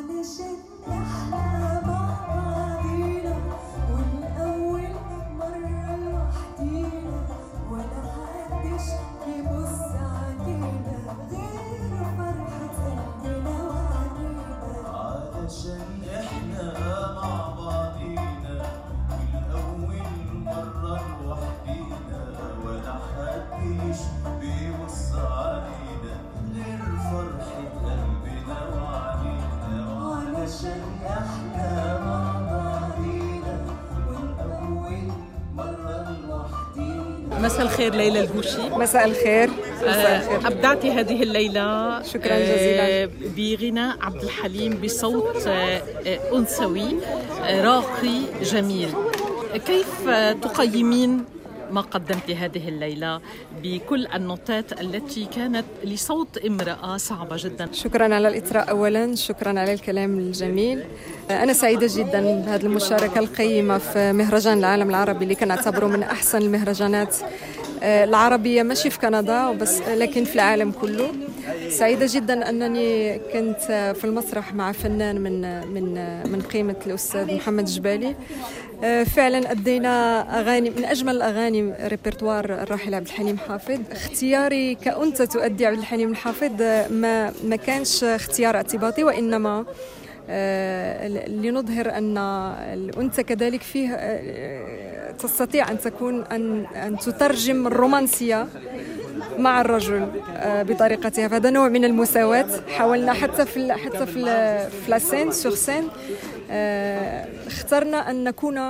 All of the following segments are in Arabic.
مساء الخير ليلى الجوشي. مساء الخير. أبدعتي هذه الليلة شكرا جزيلا بغناء عبد الحليم بصوت أنثوي راقي جميل. كيف تقيمين ما قدمت هذه الليلة بكل النوتات التي كانت لصوت امرأة صعبة جدا؟ شكرا على الإطراء أولا، شكرا على الكلام الجميل. أنا سعيدة جدا بهذه المشاركة القيمة في مهرجان العالم العربي اللي كان أعتبره من أحسن المهرجانات العربية، ماشي في كندا بس لكن في العالم كله. سعيدة جدا أنني كنت في المسرح مع فنان من قيمة الأستاذ محمد جبالي. فعلا أدينا أغاني من أجمل الأغاني ريبرتوار الراحل عبد الحليم حافظ. اختياري كأنثى تؤدي عبد الحليم الحافظ ما كانش اختيار اعتباطي، وإنما لنظهر أن الأنثى كذلك فيه تستطيع أن تكون أن تترجم الرومانسية مع الرجل بطريقتها. فهذا نوع من المساواة حاولنا حتى في لاسين سور سين. اخترنا أن نكون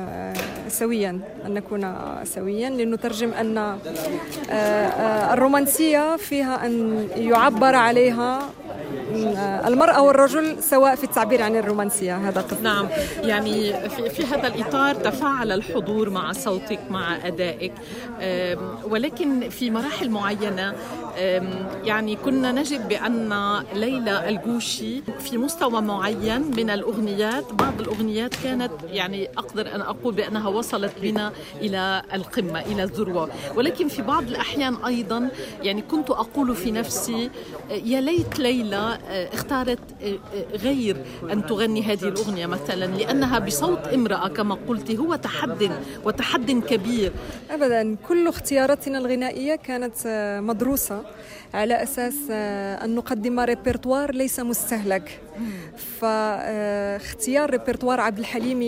سويا لنترجم أن الرومانسية فيها أن يعبر عليها المرأة والرجل سواء في التعبير عن الرومانسية. هذا قصد. نعم، يعني في هذا الإطار تفاعل الحضور مع صوتك مع أدائك، ولكن في مراحل معينة يعني كنا نجد بأن ليلى الجوشي في مستوى معين من الأغنيات. بعض الأغنيات كانت يعني أقدر أن أقول بأنها وصلت بنا إلى القمة إلى الذروة، ولكن في بعض الأحيان أيضا يعني كنت أقول في نفسي يا ليت ليلى اختارت غير أن تغني هذه الأغنية مثلا، لأنها بصوت امرأة كما قلت هو تحد كبير. أبدا، كل اختياراتنا الغنائية كانت مدروسة على أساس أن نقدم ريبرتوار ليس مستهلك. فاختيار ريبرتوار عبد الحليم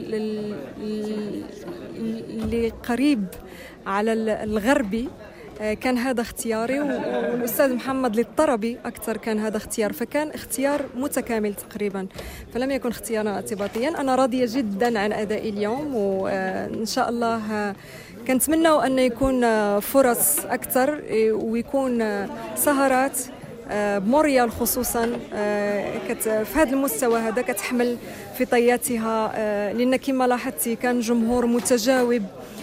اللي قريب على الغربي كان هذا اختياري، والأستاذ محمد للطربي أكثر كان هذا اختيار، فكان اختيار متكامل تقريبا، فلم يكن اختيارا اعتباطيا. أنا راضية جدا عن أدائي اليوم، وإن شاء الله كنتمنى أن يكون فرص أكثر ويكون سهرات بموريال خصوصا في هذا المستوى هذا كتحمل في طياتها، لأن كما لاحظتي كان جمهور متجاوب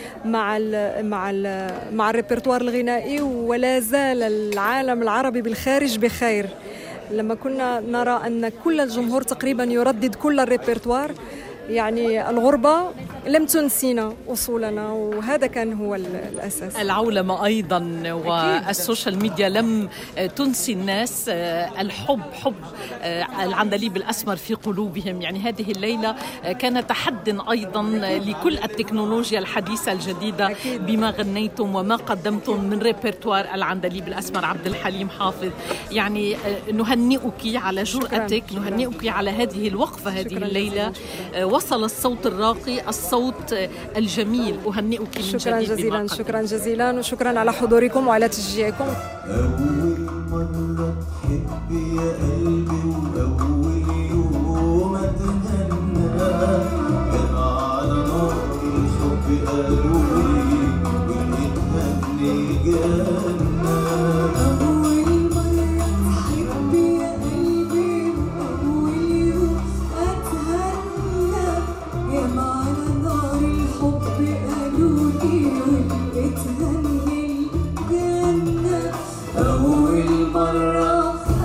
مع الريبرتوار الغنائي، ولا زال العالم العربي بالخارج بخير. لما كنا نرى أن كل الجمهور تقريبا يردد كل الريبرتوار، يعني الغربة لم تنسينا أصولنا، وهذا كان هو الأساس. العولمة أيضا والسوشيال ميديا لم تنسي الناس الحب، حب العندليب الأسمر في قلوبهم. يعني هذه الليلة كانت تحد أيضا لكل التكنولوجيا الحديثة الجديدة بما غنيتم وما قدمتم من ريبرتوار العندليب الأسمر عبد الحليم حافظ. يعني نهنئك على جرأتك، نهنئك على هذه الوقفة هذه الليلة. وصل الصوت الراقي، الصوت الجميل. أهنئك من شكرا جديد. جزيلا، شكرا جزيلا، وشكرا على حضوركم وعلى تشجيعكم. أول مرة تحب يا قلبي وأول يوم أتهنى، كان على نار الحب قالولي ونتهني جنة. أول مرة تحب يا قلبي وأول يوم أتهنى، كان على نار الحب قالولي ونتهني الجنة. أول مرة.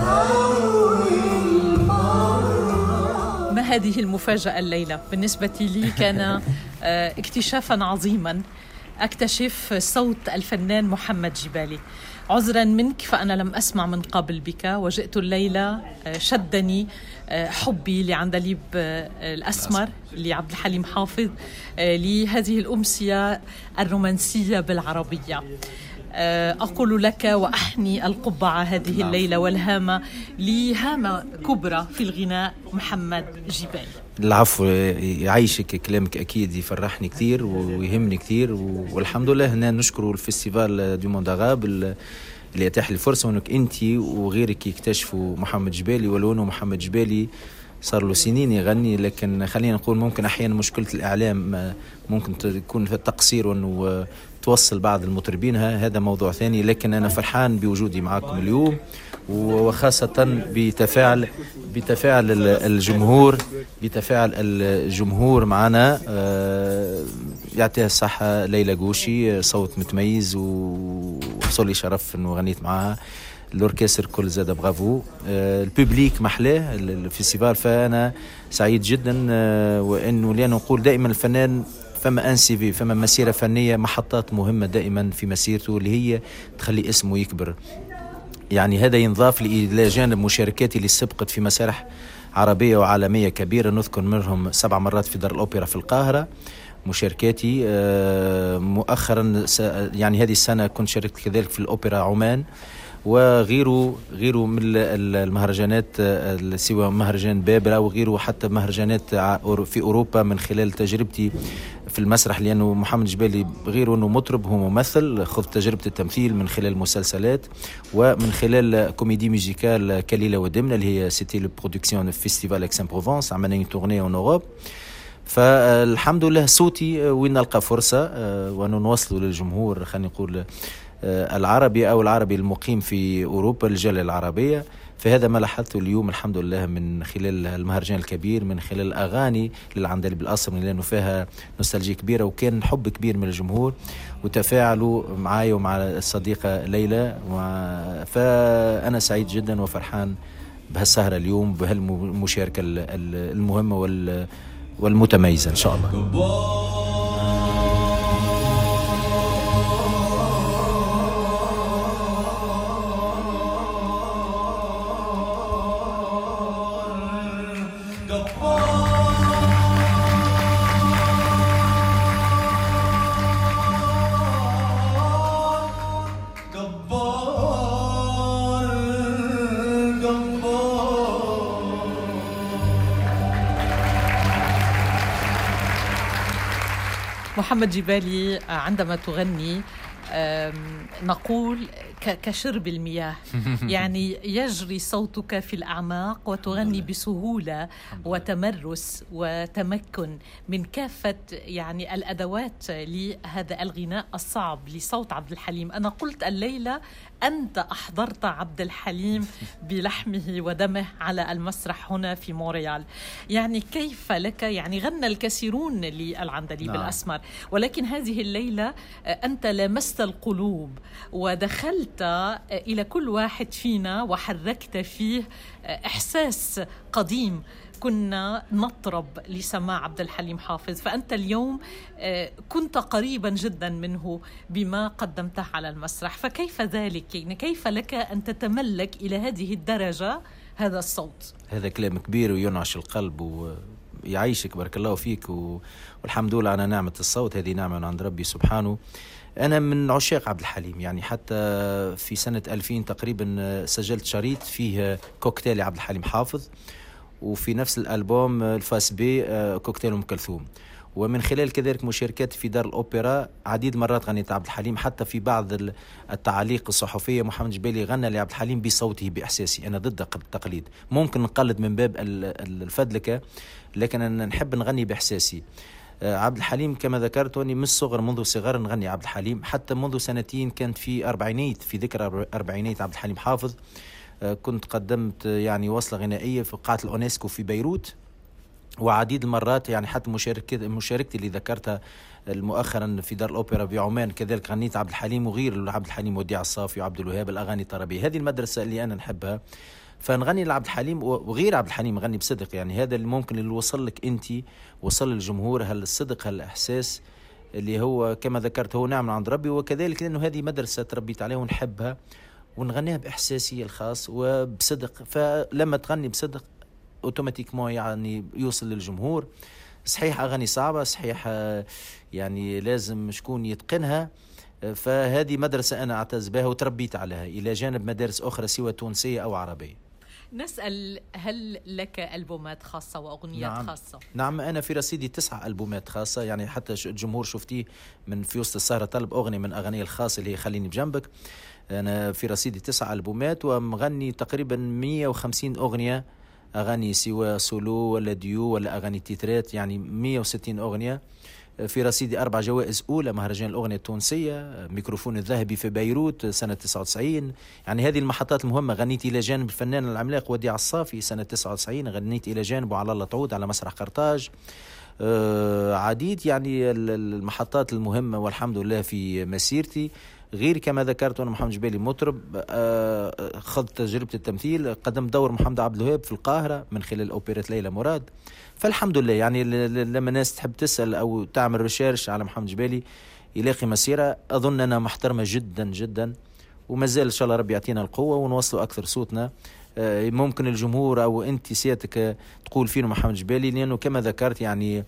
ما هذه المفاجأة الليلة؟ بالنسبة لي كان اكتشافا عظيما، أكتشف صوت الفنان محمد جبالي. عذرا منك فأنا لم أسمع من قبل بك، وجئت الليلة شدني حبي لعندليب الأسمر لعبد الحليم حافظ، لهذه الأمسية الرومانسية بالعربية. أقول لك وأحني القبعة هذه الليلة والهامة لهامة كبرى في الغناء محمد جبالي. العفو، يعيشك كلامك، أكيد يفرحني كثير ويهمني كثير، والحمد لله هنا نشكر الفستيفال دو موند عرب اللي يتاح لي فرصة انك انت وغيرك يكتشفوا محمد جبالي. ولو انه محمد جبالي صار له سنين يغني، لكن خلينا نقول ممكن احيانا مشكلة الاعلام ممكن تكون في التقصير وانه توصل بعض المطربين، هذا موضوع ثاني. لكن انا فرحان بوجودي معكم اليوم، وخاصة بتفاعل الجمهور معنا. يعطيها الصحة ليلى قوشي، صوت متميز وحصل لي شرف انه غنيت معها. الأوركستر كل زاد برافو، الببليك محلاه الفيستيفال، فأنا سعيد جدا. وإنه لأن نقول دائما الفنان فما CV، فما مسيرة فنية، محطات مهمة دائما في مسيرته اللي هي تخلي اسمه يكبر. يعني هذا ينضاف إلى جانب مشاركاتي اللي سبقت في مسارح عربية وعالمية كبيرة، نذكر منهم 7 مرات في دار الأوبرا في القاهرة مشاركاتي. مؤخرا يعني هذه السنة كنت شاركت كذلك في الأوبرا عمان، وغيره من المهرجانات، سواء مهرجان بابل أو غيره، حتى مهرجانات في أوروبا، من خلال تجربتي في المسرح. لأنه محمد جبالي غير أنه مطرب، هو ممثل، خذ تجربة التمثيل من خلال مسلسلات ومن خلال كوميدي ميوزيكال كليلة ودمنة اللي هي سيتي لو برودكسيون فيستيفال اكسن بروفانس، عملنا تورني اون اوروب. فالحمد لله صوتي وين نلقى فرصة وأنه نوصله للجمهور، خلينا نقول العربي أو العربي المقيم في أوروبا، الجالية العربية. فهذا ما لاحظته اليوم الحمد لله من خلال المهرجان الكبير، من خلال الأغاني للعندليب الأسمر، لأنه فيها نوستالجيا كبيرة وكان حب كبير من الجمهور وتفاعلوا معي ومع الصديقة ليلى. فأنا سعيد جدا وفرحان بهالسهرة اليوم، بهالمشاركة المهمة والمتميزة إن شاء الله. محمد جبالي، عندما تغني نقول كشرب المياه، يعني يجري صوتك في الأعماق وتغني بسهولة وتمرس وتمكن من كافة يعني الأدوات لهذا الغناء الصعب لصوت عبد الحليم. أنا قلت الليلة أنت أحضرت عبد الحليم بلحمه ودمه على المسرح هنا في مونريال. يعني كيف لك؟ يعني غنى الكثيرون للعندليب الأسمر، ولكن هذه الليلة أنت لمست القلوب ودخلت إلى كل واحد فينا وحركت فيه إحساس قديم كنا نطرب لسماع عبد الحليم حافظ. فأنت اليوم كنت قريبا جدا منه بما قدمته على المسرح، فكيف ذلك؟ يعني كيف لك أن تتملك إلى هذه الدرجة هذا الصوت؟ هذا كلام كبير وينعش القلب ويعيشك، بارك الله فيك. والحمد لله على نعمة الصوت، هذه نعمة من عند ربي سبحانه. أنا من عشاق عبد الحليم، يعني حتى في سنة 2000 تقريبا سجلت شريط فيه كوكتيل عبد الحليم حافظ، وفي نفس الألبوم الفاس بي كوكتيل أم كلثوم. ومن خلال كذلك مشاركات في دار الأوبرا عديد مرات غنيت عبد الحليم. حتى في بعض التعاليق الصحفية محمد جبالي غنى لعبد الحليم بصوته بإحساسي. أنا ضد التقليد، ممكن نقلد من باب الفدلكة، لكن أنا نحب نغني بإحساسي. عبد الحليم كما ذكرت أني من الصغر، منذ صغر نغني عبد الحليم. حتى منذ سنتين كانت في أربعينيت، في ذكرى أربعينيت عبد الحليم حافظ، كنت قدمت يعني وصلة غنائية في قاعة الأونسكو في بيروت. وعديد المرات يعني حتى مشاركتي اللي ذكرتها مؤخرا في دار الأوبرا بعمان كذلك غنيت عبد الحليم، وغير عبد الحليم وديع الصافي وعبد الوهاب، الأغاني الطربية. هذه المدرسة اللي أنا نحبها، فنغني لعبد الحليم وغير عبد الحليم نغني بصدق. يعني هذا اللي ممكن اللي وصل لك أنت، وصل للجمهور، هالصدق هالإحساس اللي هو كما ذكرت هو نعم عند ربي، وكذلك لأنه هذه مدرسة تربيت عليها ونحبها ونغنيها بإحساسي الخاص وبصدق. فلما تغني بصدق اوتوماتيكمون يعني يوصل للجمهور. صحيح أغاني صعبة، صحيح يعني لازم شكون يتقنها. فهذه مدرسة أنا أعتز بها وتربيت عليها إلى جانب مدارس أخرى سواء تونسية أو عربية. نسأل، هل لك ألبومات خاصة وأغنيات نعم. خاصة؟ نعم، أنا في رصيدي 9 ألبومات خاصة، يعني حتى الجمهور شفتيه من في وسط السهرة طلب أغنية من أغاني الخاصة اللي هي خليني بجنبك. أنا في رصيدي 9 ألبومات ومغني تقريبا 150 أغنية، أغاني سواء سولو ولا ديو ولا أغاني تيترات، يعني 160 أغنية. في رصيدي 4 جوائز أولى مهرجان الأغنية التونسية، ميكروفون الذهبي في بيروت سنة 99. يعني هذه المحطات المهمة. غنيت إلى جانب الفنان العملاق وديع الصافي سنة 99، غنيت إلى جانبه على الله تعود على مسرح قرطاج. عديد يعني المحطات المهمة والحمد لله في مسيرتي. غير كما ذكرت أنا محمد جبالي مطرب، خضت تجربة التمثيل، قدم دور محمد عبد الوهاب في القاهرة من خلال أوبرة ليلى مراد. فالحمد لله يعني لما الناس تحب تسأل أو تعمل ريشيرش على محمد جبالي يلاقي مسيرة أظن أنا محترمة جدا جدا، وما زال إن شاء الله ربي يعطينا القوة ونوصلوا أكثر صوتنا. ممكن الجمهور أو أنت سيادتك تقول فينا محمد جبالي، لأنه كما ذكرت يعني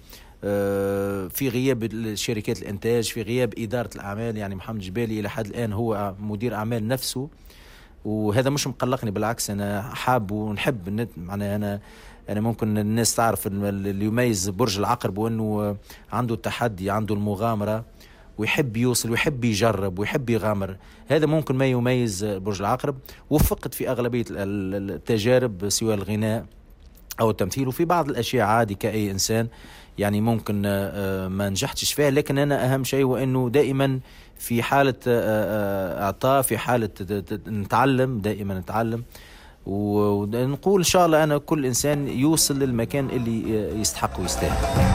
في غياب شركات الإنتاج، في غياب إدارة الأعمال. يعني محمد جبالي إلى حد الآن هو مدير أعمال نفسه، وهذا مش مقلقني، بالعكس أنا حاب ونحب. معناها أنا ممكن الناس تعرف اللي يميز برج العقرب وأنه عنده التحدي، عنده المغامرة، ويحب يوصل ويحب يجرب ويحب يغامر. هذا ممكن ما يميز برج العقرب. وفقت في أغلبية التجارب سواء الغناء أو التمثيل، وفي بعض الأشياء عادي كأي إنسان يعني ممكن ما نجحتش فيها. لكن أنا أهم شيء هو أنه دائما في حالة إعطاء، في حالة نتعلم، دائما نتعلم، ونقول إن شاء الله أنا كل إنسان يوصل للمكان اللي يستحق ويستاهل.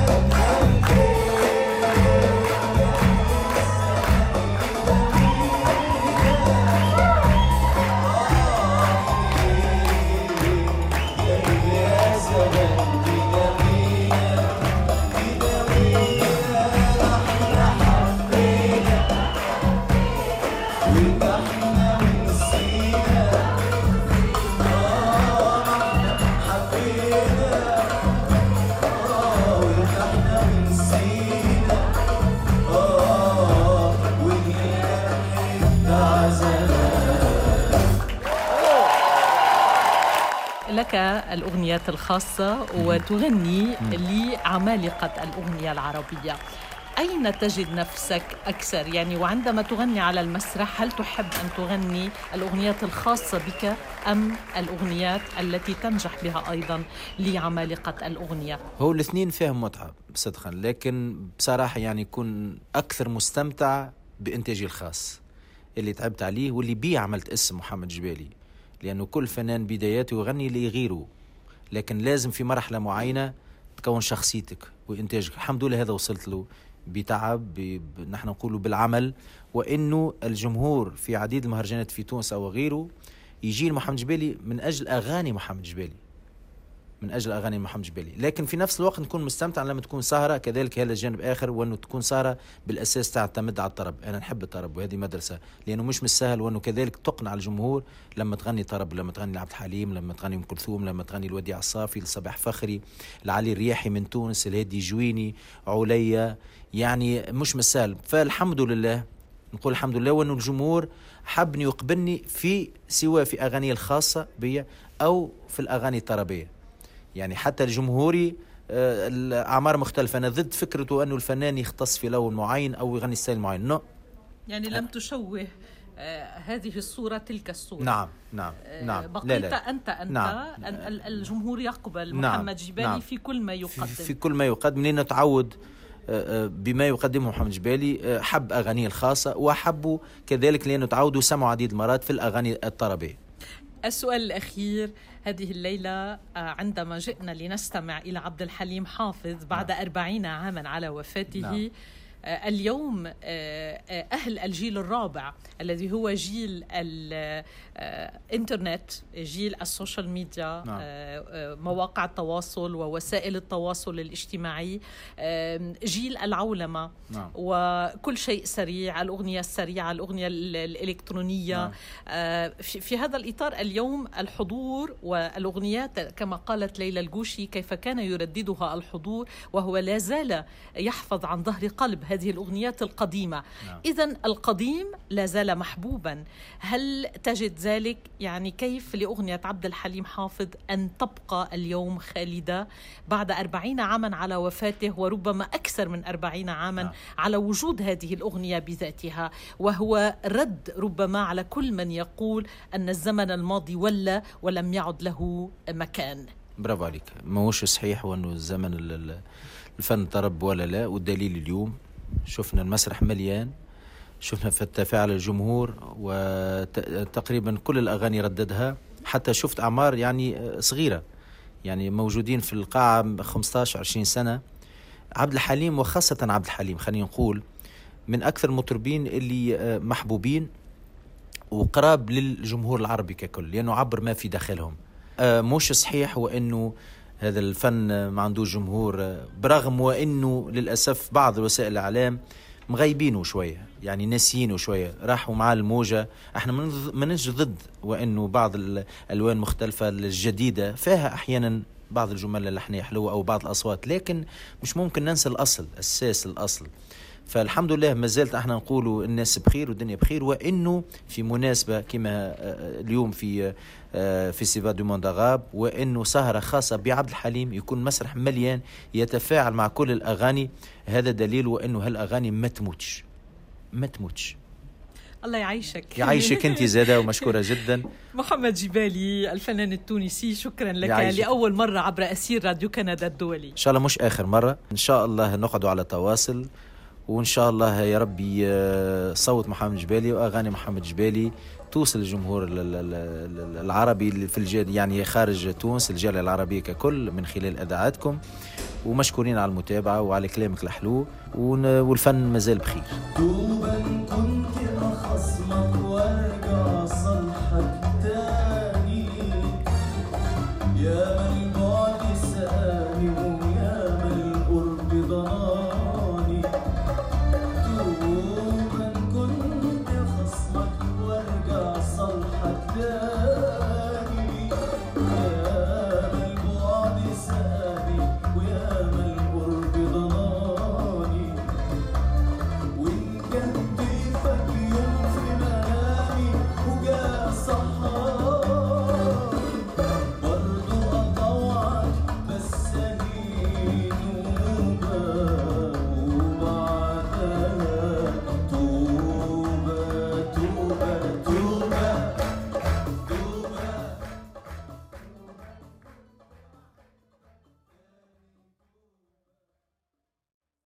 لك الأغنيات الخاصة وتغني لعمالقة الأغنية العربية. أين تجد نفسك أكثر؟ يعني وعندما تغني على المسرح هل تحب أن تغني الأغنيات الخاصة بك أم الأغنيات التي تنجح بها أيضا لعمالقة الأغنية؟ هو الاثنين فيهم متعة صدقا، لكن بصراحة يعني يكون أكثر مستمتع بإنتاجي الخاص اللي تعبت عليه واللي بيه عملت اسم محمد جبالي. لأنه كل فنان بداياته يغني ليغيره، لكن لازم في مرحلة معينة تكون شخصيتك وإنتاجك. الحمد لله هذا وصلت له بتعب، نحن نقوله بالعمل، وإنه الجمهور في عديد المهرجانات في تونس أو غيره يجي محمد جبالي من أجل أغاني محمد جبالي، من أجل أغاني محمد جبالي. لكن في نفس الوقت نكون مستمتع لما تكون سهرة كذلك. هذا الجانب آخر، وأنه تكون سهرة بالأساس تعتمد على الطرب. أنا نحب الطرب وهذه مدرسة، لأنه مش سهل، وأنه كذلك تقنع الجمهور لما تغني طرب، لما تغني عبد الحليم، لما تغني أم كلثوم، لما تغني الوديع الصافي، الصباح فخري، العلي الرياحي من تونس، الهادي جويني، عليا، يعني مش سهل. فالحمد لله، نقول الحمد لله، وأنه الجمهور حبني يقبلني في سواء في أغاني الخاصة بي أو في الأغاني الطربية. يعني حتى الجمهوري الأعمار مختلفة. أنا ضد فكرته أنه الفنان يختص في لون معين أو يغني ستايل معين. يعني لم تشوه هذه الصورة تلك الصورة. نعم. بقيت لا. أنت نعم. الجمهور يقبل محمد جبالي في كل ما يقدم، في كل ما يقدم، لأنه تعود بما يقدمه محمد جبالي. حب أغانيه الخاصة وحبوا كذلك لأنه تعودوا سمعوا عديد مرات في الأغاني الطربية. السؤال الأخير، هذه الليلة عندما جئنا لنستمع إلى عبد الحليم حافظ بعد 40 عاما على وفاته، اليوم أهل الجيل الرابع الذي هو جيل الإنترنت، جيل السوشيال ميديا، مواقع التواصل ووسائل التواصل الاجتماعي، جيل العولمة، وكل شيء سريع، الأغنية السريعة، الأغنية الإلكترونية. في هذا الإطار اليوم الحضور والأغنيات كما قالت ليلى الجوشي كيف كان يرددها الحضور وهو لا زال يحفظ عن ظهر قلب هذه الأغنيات القديمة. إذن القديم لا زال محبوبا. هل تجد ذلك؟ يعني كيف لأغنية عبد الحليم حافظ أن تبقى اليوم خالدة بعد 40 عاما على وفاته، وربما أكثر من 40 عاما على وجود هذه الأغنية بذاتها، وهو رد ربما على كل من يقول أن الزمن الماضي ولى ولم يعد له مكان؟ برافو عليك. ما هوش صحيح وأنه الزمن الفن طرب ولا لا، والدليل اليوم شفنا المسرح مليان، شفنا في تفاعل الجمهور، وتقريبا كل الأغاني رددها، حتى شفت أعمار يعني صغيرة يعني موجودين في القاعة 15-20 سنة. عبد الحليم وخاصة عبد الحليم خلينا نقول من أكثر المطربين اللي محبوبين وقراب للجمهور العربي ككل، لأنه عبر ما في داخلهم. مش صحيح وأنه هذا الفن ما عنده جمهور، برغم وأنه للأسف بعض وسائل الإعلام مغيبينه شوية، يعني ناسيينه شوية، راحوا مع الموجة. احنا منش ضد وأنه بعض الألوان مختلفة الجديدة فيها أحيانا بعض الجمل اللحنية حلوة أو بعض الأصوات، لكن مش ممكن ننسى الأصل، أساس الأصل. فالحمد لله ما زالت احنا نقولوا الناس بخير والدنيا بخير، وانه في مناسبه كما اليوم في فيستيفال دو موند أراب، وانه سهره خاصه بعبد الحليم يكون مسرح مليان يتفاعل مع كل الاغاني، هذا دليل وانه هالاغاني ما تموتش. الله يعيشك. يعيشك انت زاده، ومشكوره جدا. محمد جبالي الفنان التونسي، شكرا لك لاول مره عبر اسير راديو كندا الدولي. ان شاء الله مش اخر مره، ان شاء الله نقعدوا على تواصل، وإن شاء الله يا ربي صوت محمد جبالي وأغاني محمد جبالي توصل للجمهور العربي في الجال، يعني خارج تونس، الجالية العربية ككل، من خلال إذاعاتكم. ومشكورين على المتابعة وعلى كلامك الحلو، والفن مازال بخير. دوبا كنت أخصمك وارجع صلح